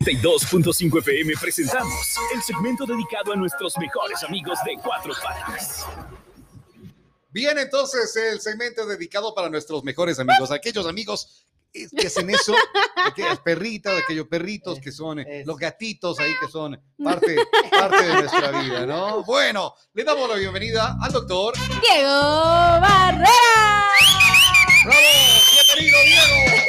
92.5 FM presentamos el segmento dedicado a nuestros mejores amigos de Cuatro Patas. Bien, entonces el segmento dedicado para nuestros mejores amigos, aquellos amigos que hacen eso, aquellas perritas, aquellos perritos que son los gatitos ahí que son parte de nuestra vida, ¿no? Bueno, le damos la bienvenida al doctor Diego Barrera. ¡Bravo! ¡Bienvenido, Diego!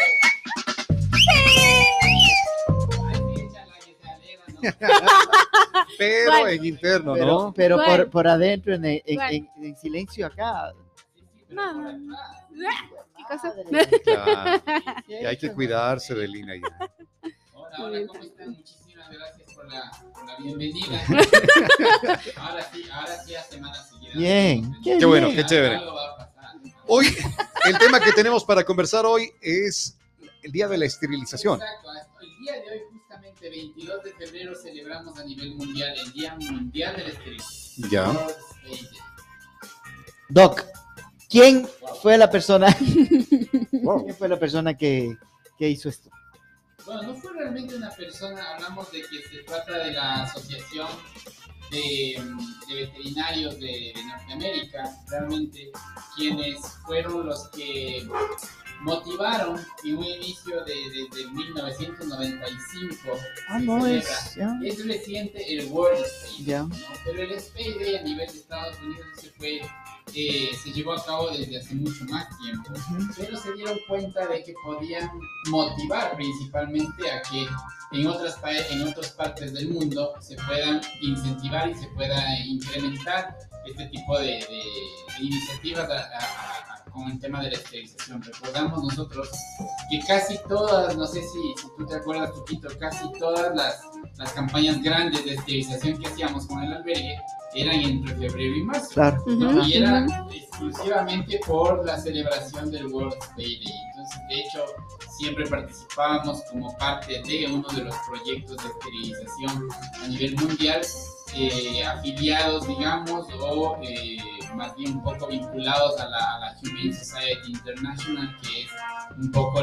Pero ¿Cuál? en interno, pero, ¿no? pero ¿Cuál? por adentro, en ¿Cuál? silencio acá. No. ¿Qué cosa? Claro. Y hay que cuidarse de Lina ya. Hola, ¿cómo están? Muchísimas gracias por la bienvenida. Ahora sí, a semana seguida. Bien. Qué bueno, bien. qué chévere. Algo va a pasar. Hoy, el tema que tenemos para conversar hoy es el día de la esterilización. Exacto. El día de hoy, justamente 22 de febrero, celebramos a nivel mundial el Día Mundial de la Esterilización. Ya. World Day. Doc, ¿quién fue la persona? Wow. ¿Quién fue la persona que hizo esto? Bueno, no fue realmente una persona, hablamos de que se trata de la Asociación de Veterinarios de Norteamérica, realmente quienes fueron los que motivaron en un inicio de 1995. No se es. celebra. Ya. Es reciente el World Spay Day, Ya. ¿no? Pero el Spay Day a nivel de Estados Unidos se llevó a cabo desde hace mucho más tiempo, pero se dieron cuenta de que podían motivar principalmente a que en otras partes del mundo se puedan incentivar y se pueda incrementar este tipo de iniciativas con el tema de la esterilización. Recordamos nosotros que casi todas, no sé si tú te acuerdas, Tuquito, casi todas las campañas grandes de esterilización que hacíamos con el albergue eran entre febrero y marzo. Claro. ¿No? Y era exclusivamente por la celebración del World Spay Day. Entonces, de hecho, siempre participábamos como parte de uno de los proyectos de esterilización a nivel mundial, afiliados, digamos, o más bien un poco vinculados a la Humane Society International, que es un poco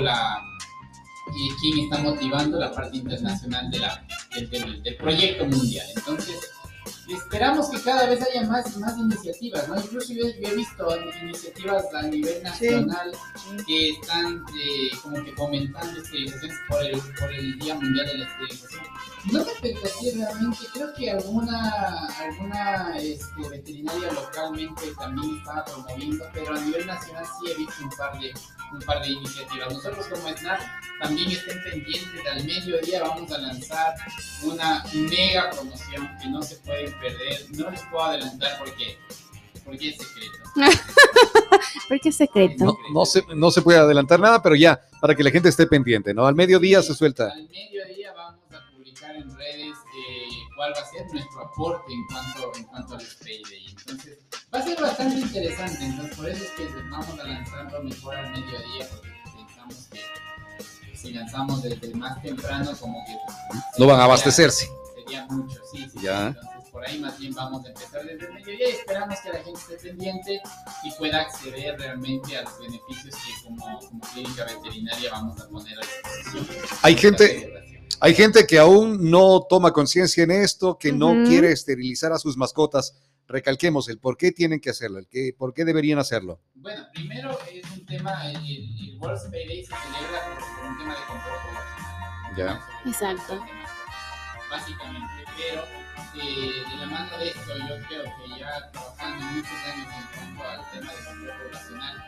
quien está motivando la parte internacional del proyecto mundial. Entonces, esperamos que cada vez haya más iniciativas, ¿no? Incluso yo he visto iniciativas a nivel nacional que están como que fomentando esterilizaciones por el Día Mundial de la Esterilización. No me expectativa realmente, creo que alguna veterinaria localmente también estaba promoviendo, pero a nivel nacional sí he visto un par de iniciativas. Nosotros como SNAP también estén pendientes, al mediodía vamos a lanzar una mega promoción que no se pueden perder. No les puedo adelantar porque es secreto. ¿Por qué es secreto? No se puede adelantar nada, pero ya, para que la gente esté pendiente, ¿no? Al mediodía se suelta. Al mediodía vamos a publicar en redes cuál va a ser nuestro aporte en cuanto al Spay Day. Entonces, va a ser bastante interesante. Entonces, por eso es que vamos a lanzarlo mejor al mediodía, porque pensamos que si lanzamos desde más temprano, como que No van a abastecerse. Sería mucho, sí. Ya. Entonces, por ahí más bien vamos a empezar desde el mediodía y esperamos que la gente esté pendiente y pueda acceder realmente a los beneficios que como clínica veterinaria vamos a poner a disposición. Hay gente que aún no toma conciencia en esto, que no quiere esterilizar a sus mascotas. Recalquemos el por qué tienen que hacerlo, por qué deberían hacerlo. Bueno, primero es un tema, el World Spay Day se celebra por un tema de control poblacional. Ya. Exacto. Básicamente, pero de la mano de esto, yo creo que ya trabajando muchos años en cuanto al tema de control poblacional,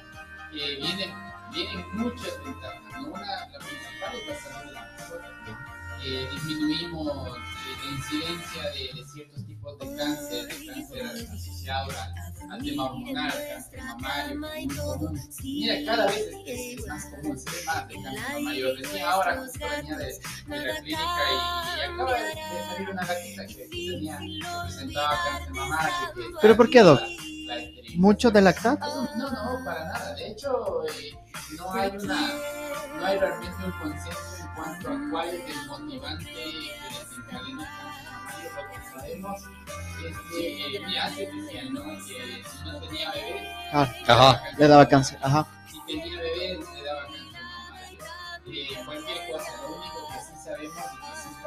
vienen muchas ventajas, ¿no? La principal es la salud de la mascota. Disminuimos la incidencia de ciertos tipos de cáncer asociado al tema hormonal, cáncer mamario, que es muy común. Mira, cada vez es más común, se ve más de cáncer mamario. Recién ahora justo venía de la clínica y acaba de salir una gatita que presentaba cáncer mamario. ¿Pero por qué, Doc? ¿Mucho de lactato? No, para nada. De hecho, no hay realmente un consenso en cuanto a cuál es el motivante que desencadena el cáncer mamario. Lo que sabemos es que mi antes decían, ¿no? Que si no tenía bebé, le daba cáncer. Ajá. Si tenía bebé, le daba cáncer mamario. Cualquier cosa, lo único que sí sabemos y que sí está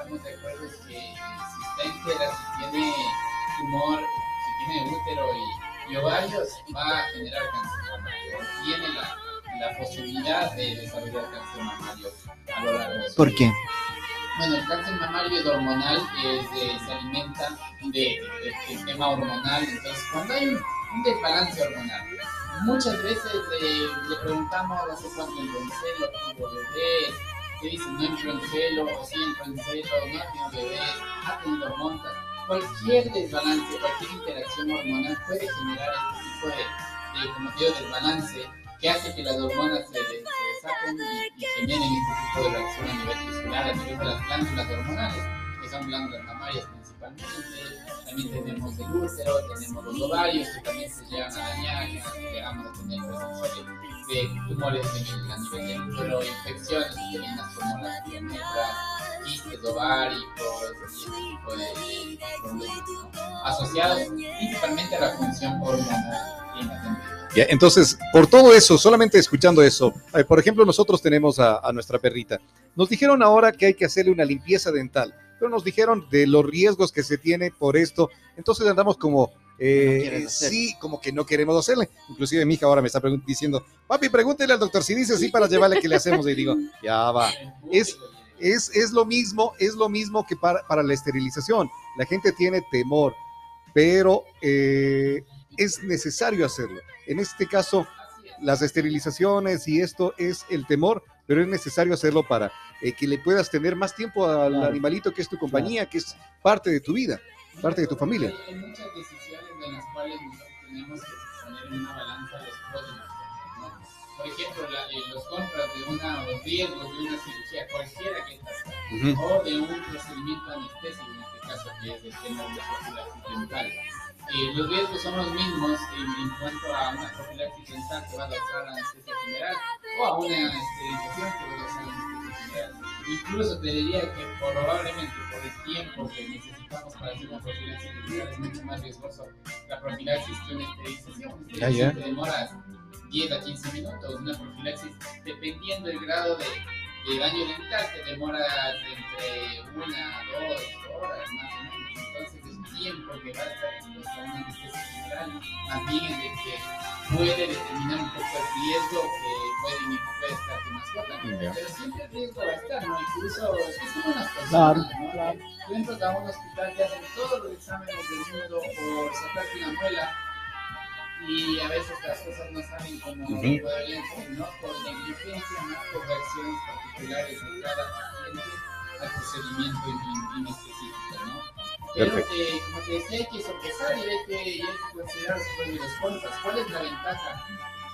estamos de acuerdo es que si está entera, si tiene tumor, si tiene útero y ovarios, va a generar cáncer mamario. Tiene la posibilidad de desarrollar cáncer mamario a lo largo de su ¿Por vida. qué? Bueno, el cáncer mamario es hormonal, se alimenta del tema hormonal. Entonces, cuando hay un desbalance hormonal, muchas veces le preguntamos hace cuánto entró en celo, tuvo bebés, te dicen no entró en celo, o sí entró en celo, no ha tenido bebés, ha tenido hormonas. Cualquier desbalance, cualquier interacción hormonal puede generar este tipo de como te digo, desbalance que hace que las hormonas se desaten y generen este tipo de reacción a nivel muscular, a nivel de las glándulas hormonales, que son glándulas mamarias principalmente. También tenemos el útero, tenemos los ovarios que también se llegan a dañar, llegamos a tener presencia de tumores a nivel del útero, infecciones uterinas como las piometras, quistes ováricos y este tipo de problemas, ¿no? Asociados principalmente a la función hormonal en la gente. Ya, entonces, por todo eso, solamente escuchando eso, por ejemplo, nosotros tenemos a nuestra perrita. Nos dijeron ahora que hay que hacerle una limpieza dental, pero nos dijeron de los riesgos que se tiene por esto. Entonces andamos como, sí, como que no queremos hacerle. Inclusive mi hija ahora me está diciendo, papi, pregúntele al doctor si dice sí para llevarle que le hacemos. Y digo, ya va. Es lo mismo que para la esterilización. La gente tiene temor, pero es necesario hacerlo. En este caso, las esterilizaciones y esto es el temor, pero es necesario hacerlo para que le puedas tener más tiempo al animalito que es tu compañía, que es parte de tu vida, parte de tu familia. Hay muchas decisiones en las cuales nosotros tenemos que poner en una balanza los pros y los contras, ¿no? Por ejemplo, los contras de los riesgos de una cirugía, cualquiera que esta sea, o de un procedimiento anestésico, en este caso, que es el tema de la profilaxis dental. Los riesgos son los mismos en cuanto a una profilaxis dental que va a causar anestesia general o a una esterilización que va a causar anestesia general. Incluso te diría que probablemente por el tiempo que necesitamos para hacer una profilaxis dental es mucho más riesgoso la profilaxis que una esterilización. Te demoras 10 a 15 minutos, una profilaxis, dependiendo del grado de daño dental, te demoras entre 1 a 2 horas más o menos. Entonces el tiempo que va a estar expuesto a una anestesia general más bien es de que puede determinar un poco el riesgo que puede estar tu mascota. Pero siempre el riesgo va a estar, ¿no? Incluso es como unas personas, ¿no? Tú entras a un hospital, te hacen todos los exámenes del mundo por sacarte una muela y a veces las cosas no salen como podrían ser, ¿no? Por negligencia, no por reacciones particulares de cada paciente al procedimiento en específico, ¿no? Pero como te decía, hay que sopesar y hay que considerar los pros y los contras. ¿Cuál es la ventaja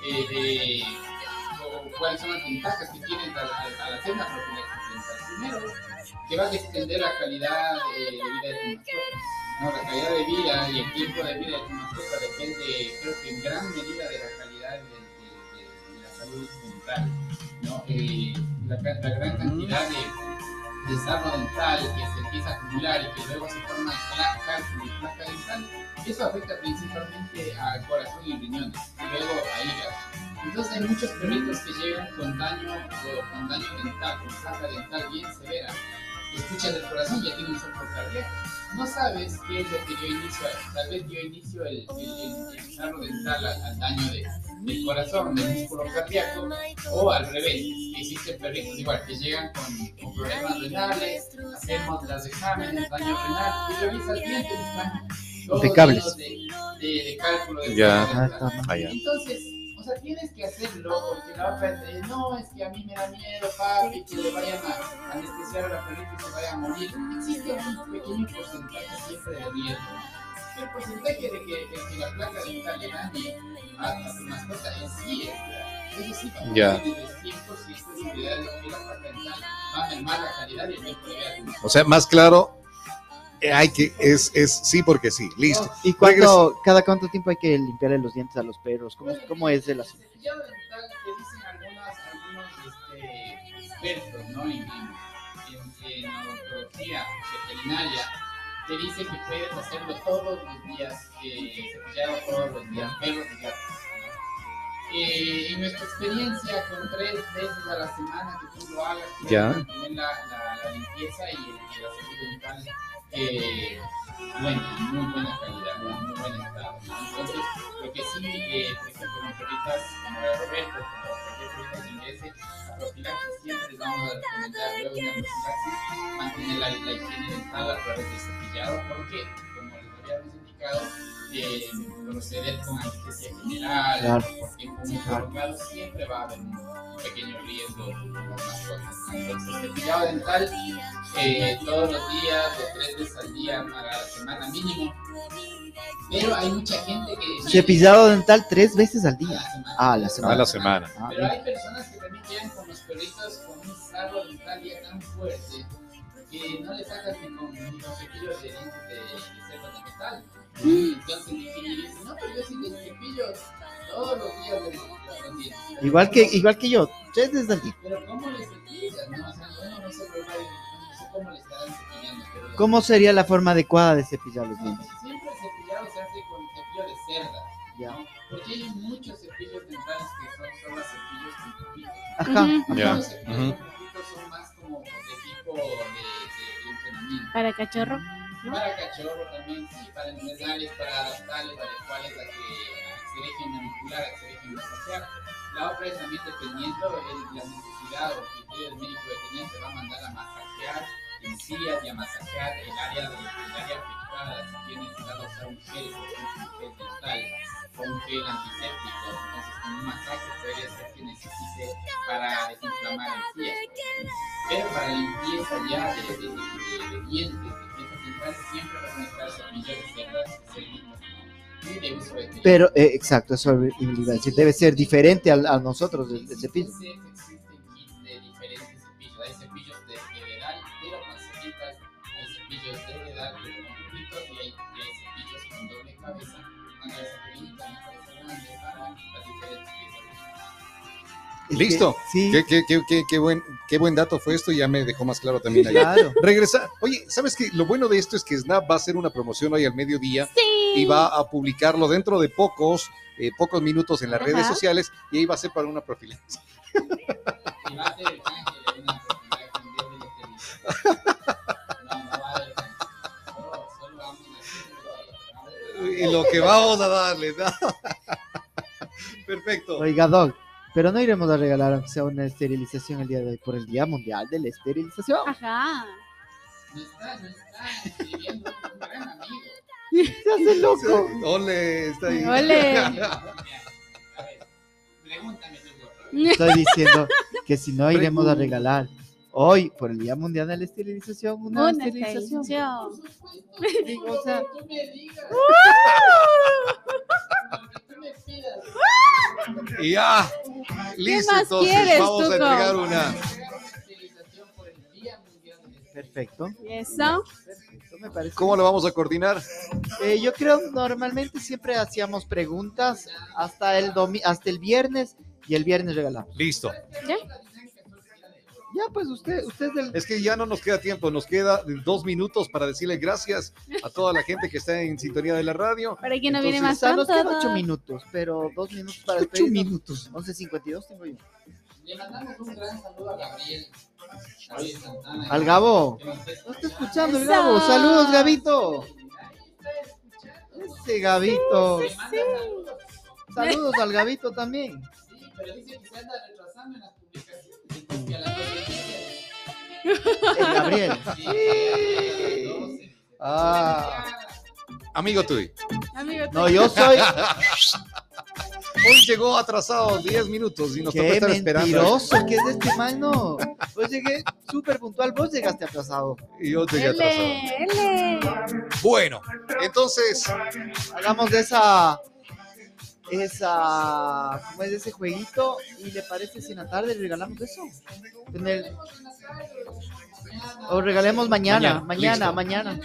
o cuáles son las ventajas que tienes al hacer una profilaxis dental? Primero, que vas a extender la calidad de vida de tu mascota, ¿no? La calidad de vida y el tiempo de vida de tu mascota depende, creo que en gran medida, de la calidad de la salud dental, ¿no? La gran cantidad de sarro dental que se empieza a acumular y que luego se forma cálculo y placa dental, eso afecta principalmente al corazón y riñones, y luego a hígado. Entonces hay muchos perritos que llegan con daño dental, con placa dental bien severa. Escuchas el corazón y ya tiene un soplo cardíaco. No sabes qué es lo que dio inicio, tal vez dio inicio el sarro dental al daño del corazón, del músculo cardíaco, o al revés. Existen perritos igual que llegan con problemas renales, hacemos los exámenes, daño renal, y revisas bien, están todos llenos de cálculo de dental. Entonces, o sea, tienes que hacerlo porque la otra es no, es que a mí me da miedo, papi, que le vayan a anestesiar a la perrita y se vaya a morir. Existe un pequeño porcentaje siempre de riesgo. El porcentaje de que la placa dental le dañe a tu mascota en sí es eso sí, para desde el tiempo si es posibilidad de que la placa dental va a mermar la calidad y el tiempo de vida de tu mascota. O sea, más claro, es sí porque sí, listo. ¿Y cada cuánto tiempo hay que limpiarle los dientes a los perros? ¿Cómo es el asunto? El cepillado dental te dicen algunos expertos, ¿no? En odontología veterinaria, te dicen que puedes hacerlo todos los días, cepillado todos los días, perros y gatos, ¿no? En nuestra experiencia, con 3 veces a la semana que tú lo hagas, Ya. mantener la limpieza y el aseo dental, bueno, muy buena calidad, muy buen estado, ¿no? Entonces, lo que sí, por ejemplo, con perritas como la Roberto, como cualquier perrita que ingrese a profilaxis, siempre les vamos a recomendar luego de la profilaxis mantener la higiene dental a través del cepillado, porque, como les habíamos indicado, proceder con anestesia general, Claro. por tiempo muy prolongado, siempre va a haber un pequeño riesgo con las mascotas, ¿no? Entonces, cepillado dental todos los días o 3 veces al día para la semana mínimo. Pero hay mucha gente que... Cepillado dental 3 veces al a día. la semana. Ah, a la semana. A la semana. Ah, Pero hay personas que también quedan con los perritos con un sarro dental ya tan fuerte que no le sacas ni con cepillos de dientes de cerdas de metal. Entonces dicen, no, pero yo sí les cepillo todos los días de los dientes. igual que yo, 3 veces al día. Pero ¿cómo les cepillas? No, o sea, uno no sé cómo le estarán cepillando. Pero ¿Cómo sería la forma adecuada de cepillar los dientes? siempre el cepillado se hace con cepillo de cerda. Ya. ¿No? Porque hay muchos cepillos dentales que son solo cepillos con pupitos. Ajá, Ujú. Ya. Los cepillos con pupitos son más como de tipo de entrenamiento. Para cachorro. Para cachorro también, sí, para entrenarles, para adaptarles, adecuarles a que se dejen manipular, a que se dejen masajear. La otra es también dependiendo de la necesidad o criterio del médico veterinario, te va a mandar a masajear encías y a masajear el área afectada. Si tiene necesidad de usar un gel, por ejemplo, un gel dental o un gel antiséptico, entonces con un masaje puede ser que necesite para desinflamar encías. Pero para limpieza ya de dientes, siempre va a necesitar cepillos de cerdas cerditas, ¿no? Y de uso veterinario. pero exacto, eso iba a decir, debe ser diferente a nosotros el cepillo. Existen kits de diferentes cepillos. Hay cepillos de dedal, pero con cerditas. Hay cepillos de dedal, pero con pupitos. Y hay cepillos con doble cabeza. Una cabeza pequeñita y una cabeza grande para las diferentes piezas. Listo. Sí, Qué buen dato fue esto, ya me dejó más claro también ahí. claro. Regresa. Oye, ¿sabes qué? Lo bueno de esto es que Snap va a hacer una promoción hoy al mediodía Sí. y va a publicarlo dentro de pocos minutos en las redes Ajá. sociales y ahí va a ser para una profilaxis. Y va a ser el canje de una profilaxis en vez de esterilizar. No va a haber canje. Solo vamos a hacer Y lo que vamos a darle, ¿no? Perfecto. Oiga, Doc, pero no iremos a regalar aunque sea una esterilización el día de hoy por el Día Mundial de la Esterilización. Ajá. No está escribiendo un gran amigo. Se hace loco. Ole, está ahí. Ole. A ver, pregúntame tú, por favor. Estoy diciendo que si no iremos a regalar hoy por el Día Mundial de la Esterilización una Una esterilización. esterilización. Digo, o sea, Tú me digas. Lo que tú me pidas. Y ya. Listo, más entonces quieres, vamos a Tuco? entregar una. Esterilización por el Día Mundial de la perfecto. Eso. Perfecto, me parece. ¿Cómo lo vamos a coordinar? Yo creo normalmente siempre hacíamos preguntas hasta el viernes y el viernes regalamos. Listo. Ya, pues usted es del... Es que ya no nos queda tiempo, nos queda 2 minutos para decirle gracias a toda la gente que está en sintonía de la radio. Para que no viene Entonces, más O sea, nos pronto. quedan 8 ¿no? minutos, pero 2 minutos para 8 despedirnos. minutos. 11:52 tengo yo. Le mandamos un gran saludo a Gabriel Santana. Al Gabo. Que nos No está escuchando el Eso. Gabo. Saludos, Gabito. Ese Gabito. Le manda saludos. Saludos al Gabito también. Sí, pero dice que se anda retrasando en las publicaciones. Entonces, que a las 12:30. El Gabriel. Sí, a las 12. Ah, amigo tuyo. Amigo, No, yo soy... Hoy llegó atrasado 10 minutos y nos tocó Qué estar esperando. mentiroso que es este man, no. Pues llegué súper puntual, vos llegaste atrasado. Y yo llegué atrasado. L. Bueno, entonces, Hagamos de esa, ¿cómo es ese jueguito? ¿Y le parece si en la tarde le regalamos eso? O regalemos mañana. Mañana.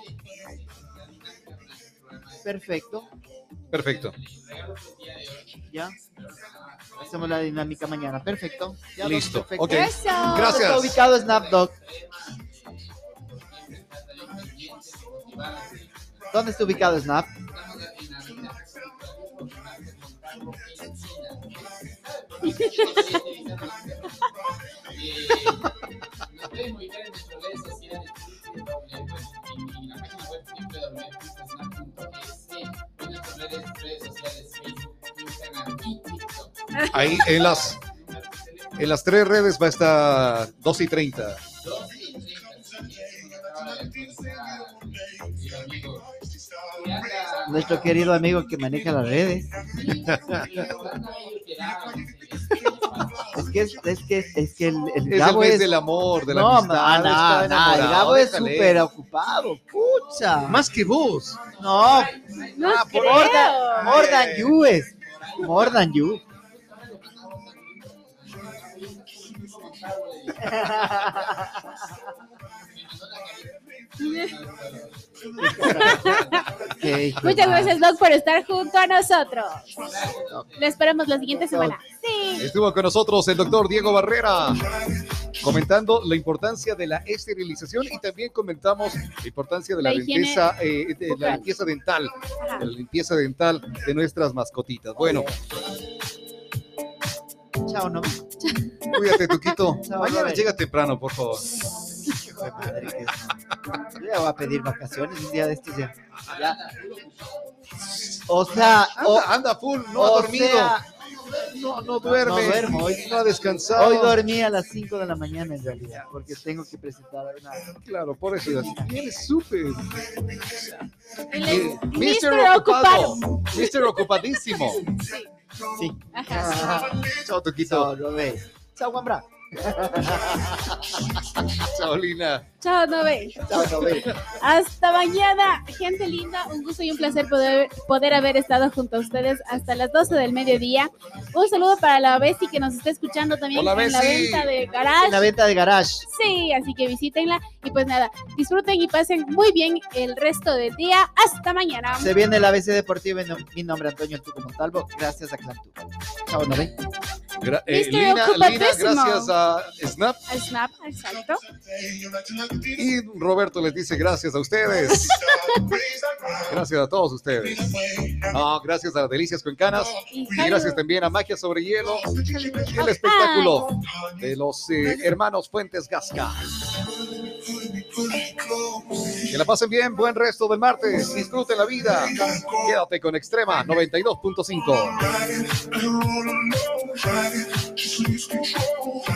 Perfecto, perfecto. ya. Hacemos la dinámica mañana, perfecto. Ya, Listo, perfecto. ok. Eso. ¿Dónde Gracias. está ubicado Snapdog? ¿Dónde está ubicado Snap? Nos pueden ubicar en nuestras redes sociales, en la página web www.snap.es, en nuestras redes sociales, Facebook, Instagram y TikTok. Ahí en las 3 redes va a estar 2:30. 2:30. Nuestro querido amigo que maneja las redes. Es que el Es el Gabo mes es del amor, de la no, amistad. Está el enamorado, Gabo es déjale. súper ocupado, pucha. Más que vos. No, No por creo. more than you es. More than you. Okay, Muchas gracias, Doc, por estar junto a nosotros. Le esperamos la siguiente semana. Sí. Estuvo con nosotros el doctor Diego Barrera comentando la importancia de la esterilización y también comentamos la importancia de la higiene limpieza, de la limpieza dental, Ajá. de la limpieza dental de nuestras mascotitas. Bueno, Chao, no. cuídate, Tuquito. Chao, Mañana Robert. llega temprano, por favor. Hijo de madre, que no. Yo ya voy a pedir vacaciones un día de estos ya. O sea, Anda full, no ha dormido. No duerme. No duermo, hoy- no ha descansado. hoy dormí a las 5 de la mañana en realidad, porque tengo que presentar una... Claro, por eso. Tienes súper. Él es Mr. Mr. Ocupado. Ocupado. Mr. Ocupadísimo. Sí. Ajá. Chao, Tuquito. Chao, Robert. Chao, Juan Bra. Chao, Lina. Chao, Nove. Chao, Robert. Hasta mañana, gente linda. Un gusto y un placer poder haber estado junto a ustedes hasta las 12 del mediodía. Un saludo para la Bessie que nos está escuchando también Hola, en la Bessie. venta de En Garage. la venta de garage. Sí, así que visítenla. Y pues nada, disfruten y pasen muy bien el resto del día. Hasta mañana. Se viene el ABC Deportivo. Mi nombre es Antonio Tuco Montalvo. Gracias a Clantu. Chao, Nove. Lina, Ocupadísimo. gracias a Snap. Al Snap, exacto. Y Roberto les dice gracias a ustedes. Gracias a todos ustedes. No, gracias a Delicias Cuencanas. Y Y gracias también a Magia sobre Hielo y el espectáculo de los hermanos Fuentes Gasca. Que la pasen bien, buen resto del martes. Disfruten la vida. Quédate con Extrema 92.5.